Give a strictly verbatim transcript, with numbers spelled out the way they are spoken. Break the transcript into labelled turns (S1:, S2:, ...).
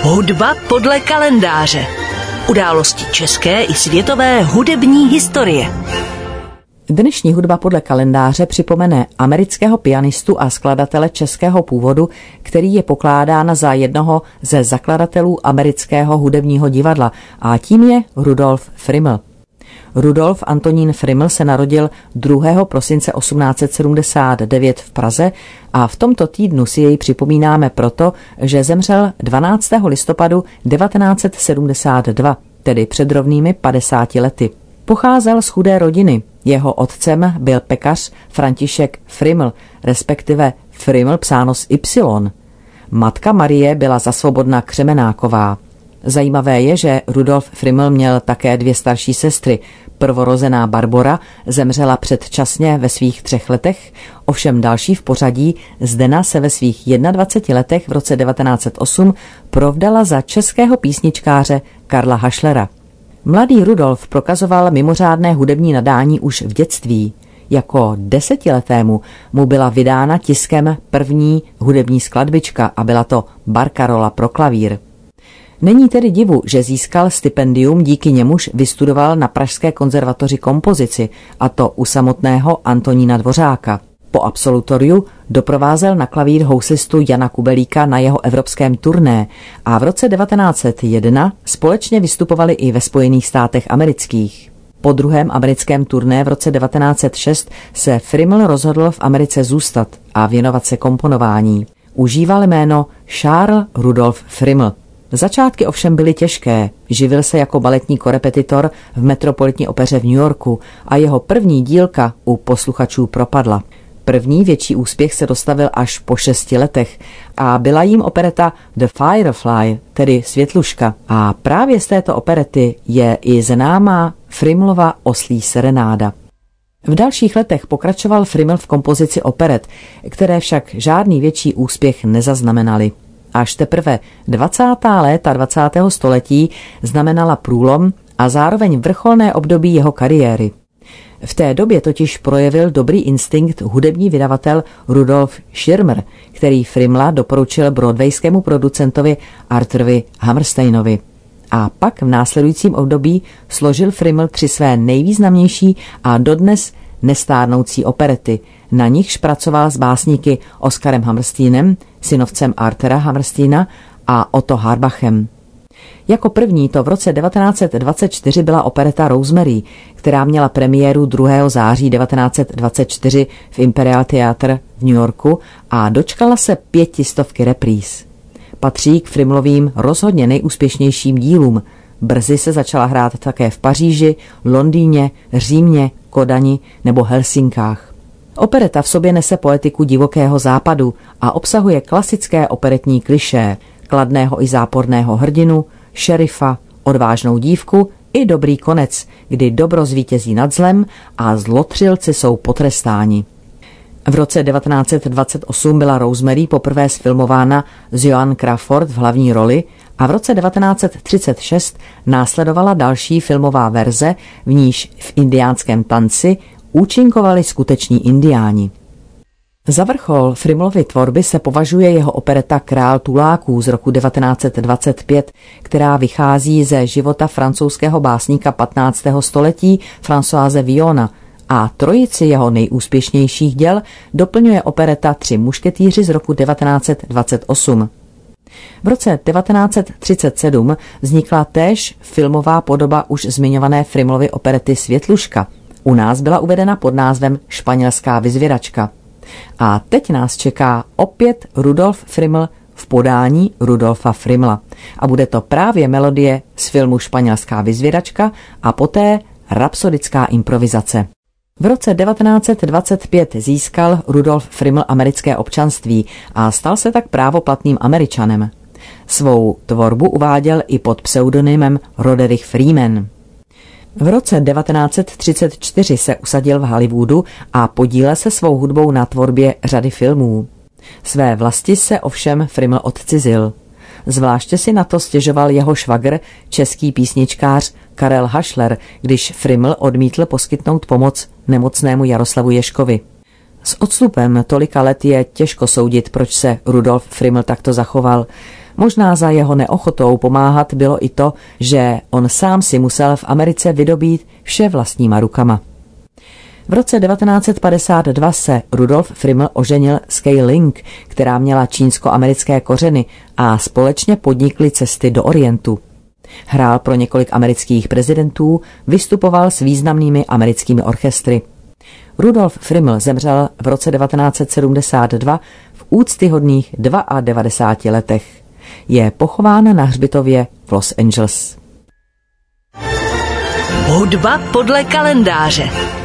S1: Hudba podle kalendáře. Události české i světové hudební historie.
S2: Dnešní hudba podle kalendáře připomene amerického pianistu a skladatele českého původu, který je pokládán za jednoho ze zakladatelů amerického hudebního divadla, a tím je Rudolf Friml. Rudolf Antonín Friml se narodil druhého prosince osmnáct set sedmdesát devět v Praze a v tomto týdnu si jej připomínáme proto, že zemřel dvanáctého listopadu devatenáct set sedmdesát dva, tedy před rovnými padesáti lety. Pocházel z chudé rodiny. Jeho otcem byl pekař František Friml, respektive Friml psáno s Y. Matka Marie byla zasvobodna Křemenáková. Zajímavé je, že Rudolf Friml měl také dvě starší sestry. Prvorozená Barbora zemřela předčasně ve svých třech letech, ovšem další v pořadí, Zdena, se ve svých dvaceti jedné letech v roce devatenáct set osm provdala za českého písničkáře Karla Hašlera. Mladý Rudolf prokazoval mimořádné hudební nadání už v dětství. Jako desetiletému mu byla vydána tiskem první hudební skladbička a byla to Barcarola pro klavír. Není tedy divu, že získal stipendium, díky němuž vystudoval na Pražské konzervatoři kompozici, a to u samotného Antonína Dvořáka. Po absolutoriu doprovázel na klavír housistu Jana Kubelíka na jeho evropském turné a v roce devatenáct set jedna společně vystupovali i ve Spojených státech amerických. Po druhém americkém turné v roce devatenáct set šest se Friml rozhodl v Americe zůstat a věnovat se komponování. Užíval jméno Charles Rudolf Friml. Začátky ovšem byly těžké. Živil se jako baletní korepetitor v Metropolitní opeře v New Yorku a jeho první dílka u posluchačů propadla. První větší úspěch se dostavil až po šesti letech a byla jím opereta The Firefly, tedy Světluška. A právě z této operety je i známá Frimlova Oslí serenáda. V dalších letech pokračoval Friml v kompozici operet, které však žádný větší úspěch nezaznamenaly. Až teprve dvacátá léta dvacátého století znamenala průlom a zároveň vrcholné období jeho kariéry. V té době totiž projevil dobrý instinkt hudební vydavatel Rudolf Schirmer, který Frimla doporučil broadwayskému producentovi Arturovi Hammersteinovi. A pak v následujícím období složil Friml tři své nejvýznamnější a dodnes nestárnoucí operety. Na nichž pracoval s básníky Oskarem Hammersteinem, synovcem Artura Hammersteina, a Otto Harbachem. Jako první to v roce devatenáct set dvacet čtyři byla opereta Rosemary, která měla premiéru druhého září devatenáct set dvacet čtyři v Imperial Theatre v New Yorku a dočkala se pětistovky repríz. Patří k Frimlovým rozhodně nejúspěšnějším dílům. Brzy se začala hrát také v Paříži, Londýně, Římě, Kodani nebo Helsinkách. Opereta v sobě nese poetiku divokého západu a obsahuje klasické operetní klišé, kladného i záporného hrdinu, šerifa, odvážnou dívku i dobrý konec, kdy dobro zvítězí nad zlem a zlotřilci jsou potrestáni. V roce devatenáct set dvacet osm byla Rosemary poprvé sfilmována s Joan Crawford v hlavní roli a v roce devatenáct set třicet šest následovala další filmová verze, v níž v indiánském tanci účinkovali skuteční indiáni. Za vrchol Frimlovy tvorby se považuje jeho opereta Král tuláků z roku devatenáct set dvacet pět, která vychází ze života francouzského básníka patnáctého století Françoise Villona, a trojici jeho nejúspěšnějších děl doplňuje opereta Tři mušketýři z roku devatenáct set dvacet osm. V roce devatenáct set třicet sedm vznikla též filmová podoba už zmiňované Frimlovy operety Světluška. U nás byla uvedena pod názvem Španělská vyzvědačka. A teď nás čeká opět Rudolf Friml v podání Rudolfa Frimla. A bude to právě melodie z filmu Španělská vyzvědačka a poté rapsodická improvizace. V roce devatenáct set dvacet pět získal Rudolf Friml americké občanství a stal se tak právoplatným Američanem. Svou tvorbu uváděl i pod pseudonymem Roderick Freeman. V roce devatenáct set třicet čtyři se usadil v Hollywoodu a podílel se svou hudbou na tvorbě řady filmů. Své vlasti se ovšem Friml odcizil. Zvláště si na to stěžoval jeho švagr, český písničkář Karel Hašler, když Friml odmítl poskytnout pomoc nemocnému Jaroslavu Ježkovi. S odstupem tolika let je těžko soudit, proč se Rudolf Friml takto zachoval. Možná za jeho neochotou pomáhat bylo i to, že on sám si musel v Americe vydobít vše vlastníma rukama. V roce devatenáct set padesát dva se Rudolf Friml oženil s Kay Ling, která měla čínsko-americké kořeny, a společně podnikli cesty do Orientu. Hrál pro několik amerických prezidentů, vystupoval s významnými americkými orchestry. Rudolf Friml zemřel v roce devatenáct set sedmdesát dva v úctyhodných devadesátidvou letech. Je pochován na hřbitově v Los Angeles.
S1: Hudba podle kalendáře.